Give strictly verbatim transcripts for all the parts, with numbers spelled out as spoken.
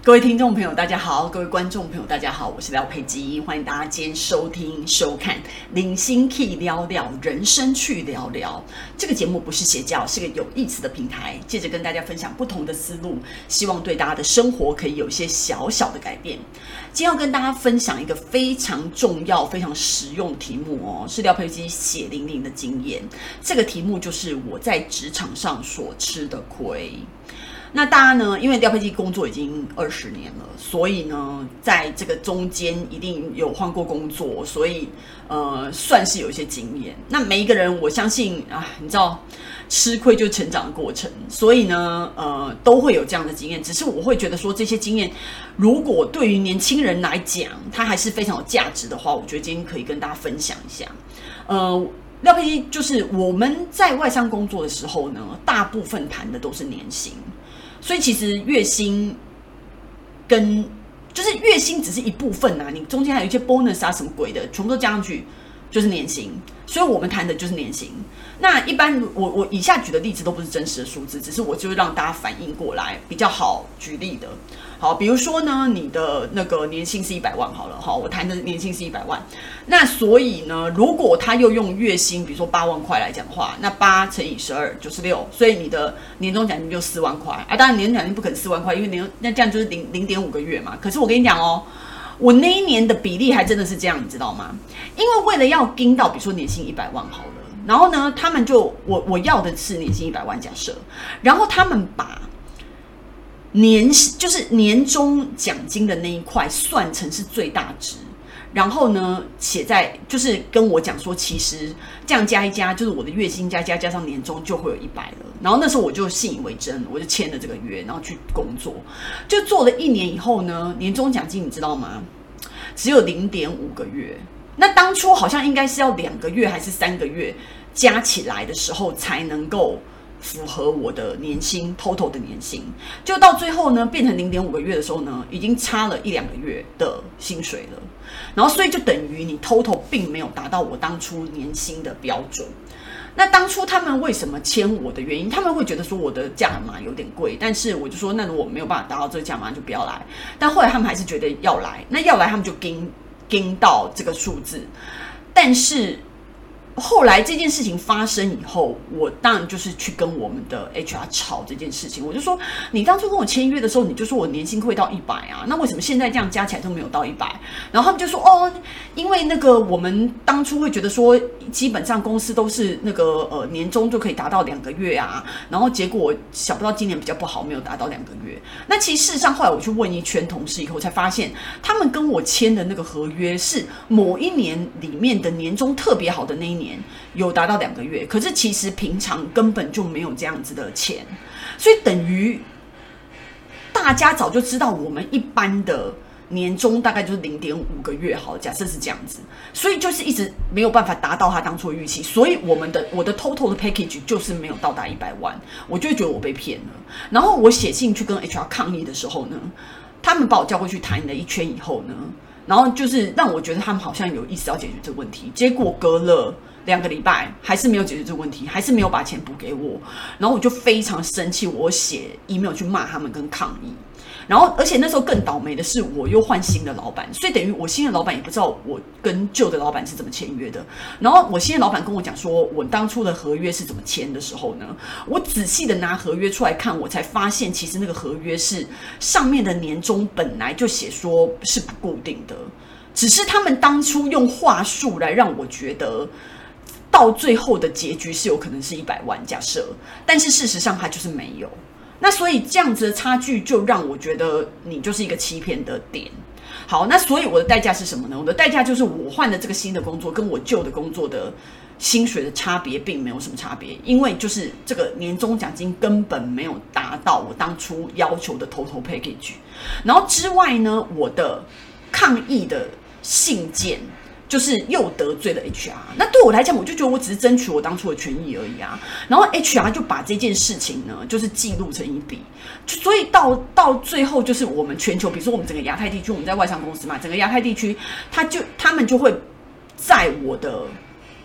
各位听众朋友大家好，各位观众朋友大家好，我是廖佩基，欢迎大家今天收听收看零星 Key 聊聊人生去聊聊。这个节目不是邪教，是个有意思的平台，借着跟大家分享不同的思路，希望对大家的生活可以有一些小小的改变。今天要跟大家分享一个非常重要非常实用的题目哦，是廖佩基血淋淋的经验。这个题目就是我在职场上所吃的亏。那大家呢，因为廖佩基工作已经二十年了，所以呢，在这个中间一定有换过工作，所以呃，算是有一些经验。那每一个人，我相信啊，你知道，吃亏就是成长的过程，所以呢，呃，都会有这样的经验。只是我会觉得说，这些经验如果对于年轻人来讲，它还是非常有价值的话，我觉得今天可以跟大家分享一下。呃，廖佩基就是我们在外商工作的时候呢，大部分谈的都是年薪。所以其实月薪跟就是月薪只是一部分啊，你中间还有一些 bonus 啊什么鬼的，全部都加上去就是年薪。所以我们谈的就是年薪。那一般我我以下举的例子都不是真实的数字，只是我就是让大家反应过来比较好举例的。好，比如说呢，你的那个年薪是一百万好了，好，我谈的年薪是一百万。那所以呢，如果他又用月薪，比如说八万块来讲的话，那八乘以十二九十六，所以你的年终奖金就四万块啊。当然年终奖金不可能四万块，因为年那这样就是零零点五个月嘛。可是我跟你讲哦，我那一年的比例还真的是这样，你知道吗？因为为了要盯到，比如说年薪一百万好了，然后呢，他们就我我要的是年薪一百万假设，然后他们把年就是年终奖金的那一块算成是最大值，然后呢写在就是跟我讲说，其实这样加一加，就是我的月薪加加加上年终就会有一百了。然后那时候我就信以为真，我就签了这个约，然后去工作，就做了一年以后呢，年终奖金你知道吗？只有零点五个月。那当初好像应该是要两个月还是三个月加起来的时候才能够符合我的年薪 total 的年薪，就到最后呢变成零点五个月的时候呢，已经差了一两个月的薪水了。然后所以就等于你 total 并没有达到我当初年薪的标准。那当初他们为什么签我的原因，他们会觉得说我的价码有点贵，但是我就说那如果没有办法达到这个价码就不要来。但后来他们还是觉得要来，那要来他们就盯盯到这个数字。但是后来这件事情发生以后，我当然就是去跟我们的 H R 吵这件事情。我就说，你当初跟我签约的时候，你就说我年薪会到一百啊，那为什么现在这样加起来都没有到一百？然后他们就说，哦，因为那个我们当初会觉得说，基本上公司都是那个呃年终就可以达到两个月啊，然后结果想不到今年比较不好，没有达到两个月。那其实事实上后来我去问一圈同事以后，才发现他们跟我签的那个合约是某一年里面的年终特别好的那一年有达到两个月，可是其实平常根本就没有这样子的钱，所以等于大家早就知道我们一般的年终大概就是 零点五个月好，假设是这样子，所以就是一直没有办法达到他当初的预期，所以我们的我的 total 的 package 就是没有到达一百万，我就会觉得我被骗了。然后我写信去跟 H R 抗议的时候呢，他们把我叫过去谈了一圈以后呢，然后就是让我觉得他们好像有意思要解决这个问题，结果隔了两个礼拜还是没有解决这个问题，还是没有把钱补给我，然后我就非常生气，我写 email 去骂他们跟抗议。然后而且那时候更倒霉的是，我又换新的老板，所以等于我新的老板也不知道我跟旧的老板是怎么签约的。然后我新的老板跟我讲说，我当初的合约是怎么签的时候呢，我仔细的拿合约出来看，我才发现其实那个合约是上面的年终本来就写说是不固定的，只是他们当初用话术来让我觉得到最后的结局是有可能是一百万假设，但是事实上它就是没有。那所以这样子的差距就让我觉得你就是一个欺骗的点。好，那所以我的代价是什么呢？我的代价就是我换的这个新的工作跟我旧的工作的薪水的差别并没有什么差别，因为就是这个年终奖金根本没有达到我当初要求的 total package。然后之外呢，我的抗议的信件就是又得罪了 H R， 那对我来讲，我就觉得我只是争取我当初的权益而已啊。然后 H R 就把这件事情呢，就是记录成一笔，所以到到最后，就是我们全球，比如说我们整个亚太地区，我们在外商公司嘛，整个亚太地区，他就他们就会在我的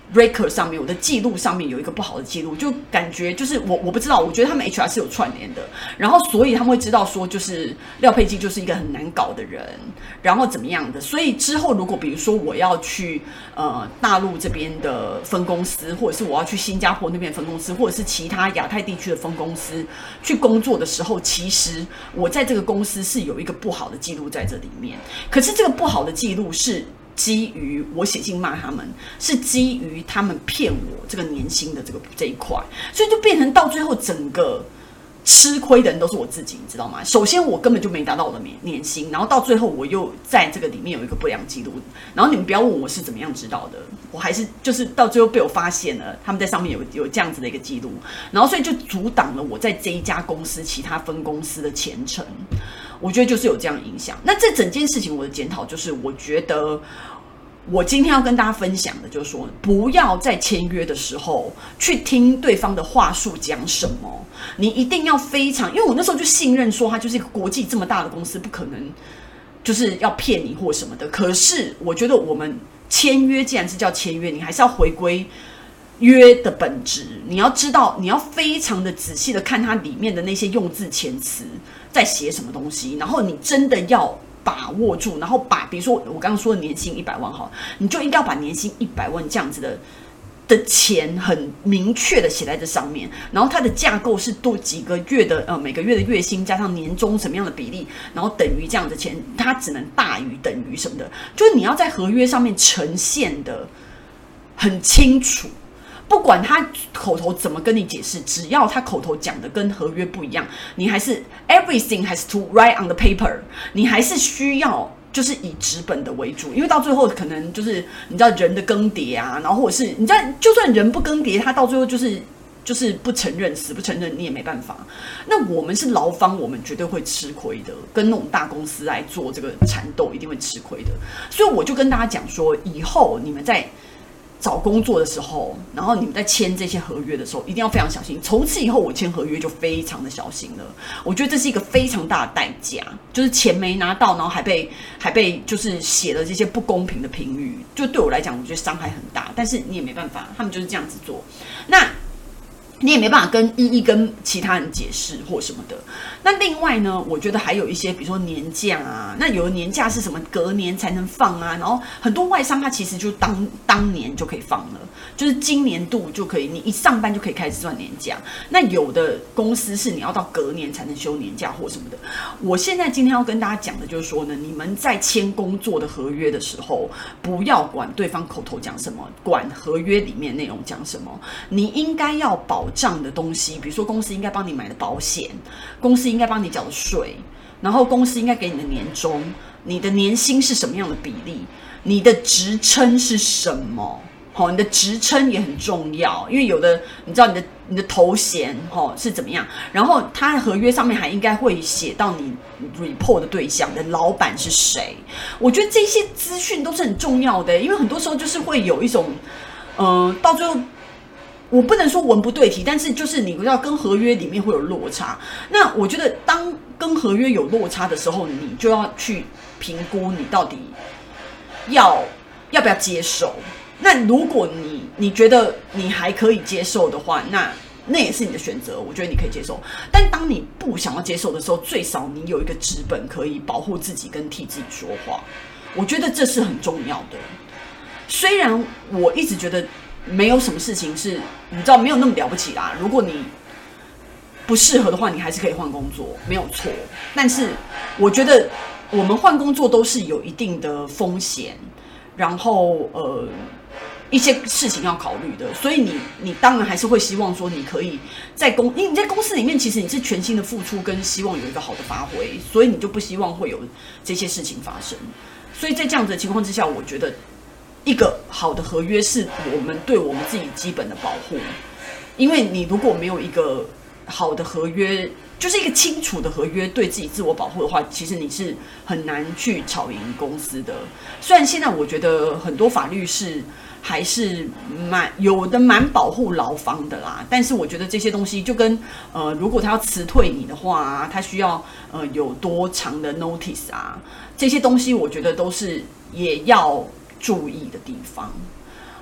record 上面，我的记录上面有一个不好的记录，就感觉就是我我不知道，我觉得他们 H R 是有串联的，然后所以他们会知道说，就是廖佩基就是一个很难搞的人，然后怎么样的，所以之后如果比如说我要去呃大陆这边的分公司，或者是我要去新加坡那边的分公司，或者是其他亚太地区的分公司去工作的时候，其实我在这个公司是有一个不好的记录在这里面，可是这个不好的记录是基于我写信骂他们，是基于他们骗我这个年薪的这个这一块，所以就变成到最后整个吃亏的人都是我自己，你知道吗？首先我根本就没达到我的年薪，然后到最后我又在这个里面有一个不良记录，然后你们不要问我是怎么样知道的，我还是就是到最后被我发现了，他们在上面有有这样子的一个记录，然后所以就阻挡了我在这一家公司其他分公司的前程。我觉得就是有这样影响。那这整件事情我的检讨就是，我觉得我今天要跟大家分享的就是说，不要在签约的时候去听对方的话术讲什么，你一定要非常，因为我那时候就信任说他就是一个国际这么大的公司，不可能就是要骗你或什么的。可是我觉得我们签约既然是叫签约，你还是要回归约的本质，你要知道，你要非常的仔细的看它里面的那些用字遣词在写什么东西，然后你真的要把握住，然后把比如说我刚刚说的年薪一百万好，你就应该要把年薪一百万这样子的的钱很明确的写在这上面，然后它的架构是多几个月的呃每个月的月薪加上年终什么样的比例，然后等于这样的钱，它只能大于等于什么的，就是你要在合约上面呈现的很清楚。不管他口头怎么跟你解释，只要他口头讲的跟合约不一样，你还是 everything has to write on the paper， 你还是需要就是以纸本的为主，因为到最后可能就是你知道人的更迭啊，然后或者是你知道就算人不更迭，他到最后就是就是不承认，死不承认，你也没办法。那我们是劳方，我们绝对会吃亏的，跟那种大公司来做这个缠斗一定会吃亏的。所以我就跟大家讲说，以后你们在找工作的时候，然后你们在签这些合约的时候，一定要非常小心。从此以后，我签合约就非常的小心了。我觉得这是一个非常大的代价，就是钱没拿到，然后还被还被就是写了这些不公平的评语，就对我来讲，我觉得伤害很大。但是你也没办法，他们就是这样子做。那你也没办法跟一一跟其他人解释或什么的。那另外呢，我觉得还有一些，比如说年假啊，那有的年假是什么隔年才能放啊，然后很多外商他其实就当当年就可以放了，就是今年度就可以，你一上班就可以开始算年假。那有的公司是你要到隔年才能休年假或什么的。我现在今天要跟大家讲的就是说呢，你们在签工作的合约的时候，不要管对方口头讲什么，管合约里面内容讲什么，你应该要保障的东西，比如说公司应该帮你买的保险，公司应该帮你缴的税，然后公司应该给你的年终，你的年薪是什么样的比例，你的职称是什么？好，你的职称也很重要，因为有的你知道你的你的头衔哈是怎么样，然后他的合约上面还应该会写到你 report 的对象，你的老板是谁。我觉得这些资讯都是很重要的，因为很多时候就是会有一种，嗯、呃，到最后。我不能说文不对题，但是就是你要跟合约里面会有落差。那我觉得当跟合约有落差的时候，你就要去评估你到底要要不要接受。那如果你你觉得你还可以接受的话，那那也是你的选择，我觉得你可以接受。但当你不想要接受的时候，最少你有一个纸本可以保护自己跟替自己说话，我觉得这是很重要的。虽然我一直觉得没有什么事情是你知道没有那么了不起啦，如果你不适合的话，你还是可以换工作，没有错。但是我觉得我们换工作都是有一定的风险，然后呃一些事情要考虑的，所以你你当然还是会希望说你可以在公，因为你在公司里面其实你是全心的付出跟希望有一个好的发挥，所以你就不希望会有这些事情发生。所以在这样子的情况之下，我觉得一个好的合约是我们对我们自己基本的保护，因为你如果没有一个好的合约，就是一个清楚的合约，对自己自我保护的话，其实你是很难去吵赢公司的。虽然现在我觉得很多法律是还是蛮有的蛮保护劳方的啦，但是我觉得这些东西就跟呃，如果他要辞退你的话啊，他需要呃有多长的 notice 啊，这些东西我觉得都是也要注意的地方。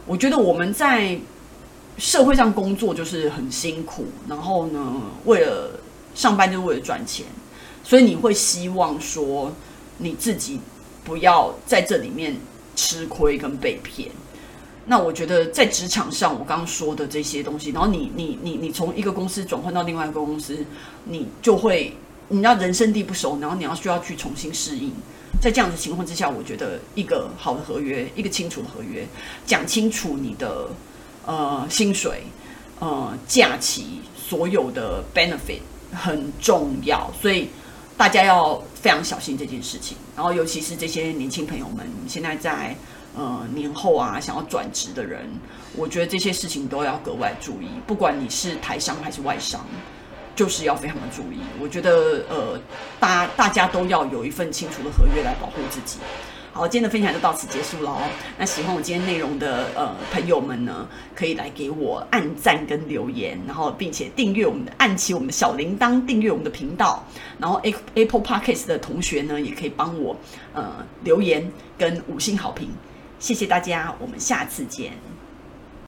我觉得我们在社会上工作就是很辛苦，然后呢，为了上班就是为了赚钱，所以你会希望说你自己不要在这里面吃亏跟被骗。那我觉得在职场上，我刚刚说的这些东西，然后你你你你从一个公司转换到另外一个公司，你就会你要人生地不熟，然后你要需要去重新适应。在这样的情况之下，我觉得一个好的合约，一个清楚的合约，讲清楚你的呃薪水、呃假期，所有的 benefit 很重要，所以大家要非常小心这件事情。然后尤其是这些年轻朋友们，现在在呃年后啊想要转职的人，我觉得这些事情都要格外注意，不管你是台商还是外商，就是要非常的注意。我觉得呃大大家都要有一份清楚的合约来保护自己。好，今天的分享就到此结束了哦。那喜欢我今天内容的呃朋友们呢，可以来给我按赞跟留言，然后并且订阅我们的，按起我们的小铃铛，订阅我们的频道。然后 Apple Podcast 的同学呢，也可以帮我呃留言跟五星好评，谢谢大家，我们下次见。